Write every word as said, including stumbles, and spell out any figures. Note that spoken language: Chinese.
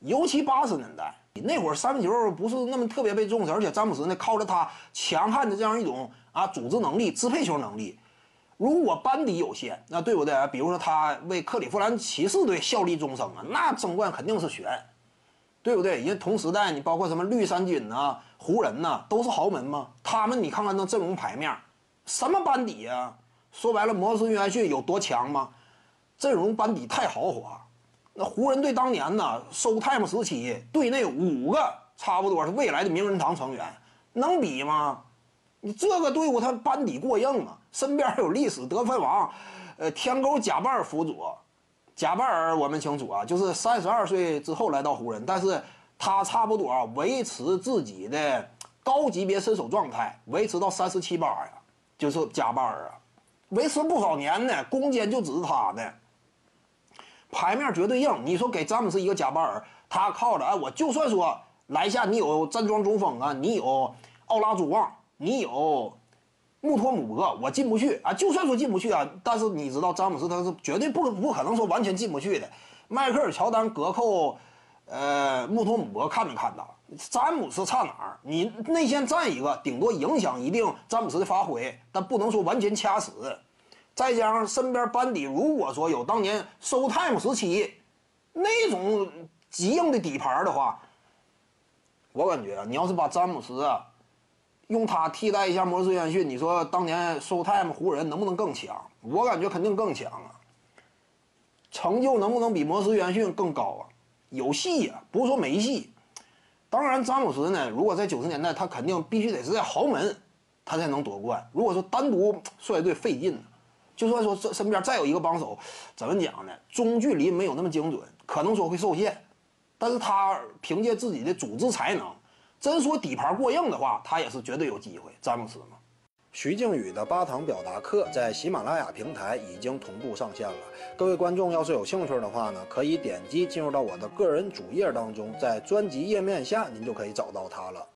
尤其八十年代那会儿，三分球不是那么特别被重视，而且詹姆斯呢靠着他强悍的这样一种啊组织能力、支配球能力，如果班底有限，那对不对？比如说他为克利夫兰骑士队效力终生啊，那争冠肯定是悬，对不对？因为同时代你包括什么绿衫军呐、湖人呐，都是豪门嘛。他们你看看那阵容牌面，什么班底呀、啊？说白了，摩尔斯约翰逊有多强吗？阵容班底太豪华。那湖人队当年呢，收泰姆时期队内五个差不多是未来的名人堂成员，能比吗？你这个队伍他班底过硬啊，身边有历史得分王，呃，天勾贾巴尔辅佐。贾巴尔我们清楚啊，就是三十二岁之后来到湖人，但是他差不多啊维持自己的高级别射手状态，维持到三十七八呀，就是贾巴尔啊，维持不少年呢，攻坚就只是他呢。牌面绝对硬，你说给詹姆斯一个贾巴尔，他靠着哎，我就算说篮下你有站桩中锋啊，你有奥拉朱旺，你有穆托姆格，我进不去啊，就算说进不去啊，但是你知道詹姆斯他是绝对不不可能说完全进不去的。迈克尔乔丹隔扣，呃，穆托姆格看没看到？詹姆斯差哪儿？你内线站一个，顶多影响一定詹姆斯的发挥，但不能说完全掐死。再加上身边班底，如果说有当年收泰姆时期那种极硬的底盘的话，我感觉你要是把詹姆斯啊用他替代一下摩尔斯约翰逊，你说当年收泰姆湖人能不能更强？我感觉肯定更强啊。成就能不能比摩尔斯约翰逊更高啊？有戏呀、啊，不是说没戏。当然，詹姆斯呢，如果在九十年代，他肯定必须得是在豪门，他才能夺冠。如果说单独率队费劲呢。就算说身边再有一个帮手，怎么讲呢？中距离没有那么精准，可能说会受限。但是他凭借自己的组织才能，真说底盘过硬的话，他也是绝对有机会。詹姆斯嘛。徐静宇的八堂表达课在喜马拉雅平台已经同步上线了。各位观众要是有兴趣的话呢，可以点击进入到我的个人主页当中，在专辑页面下您就可以找到它了。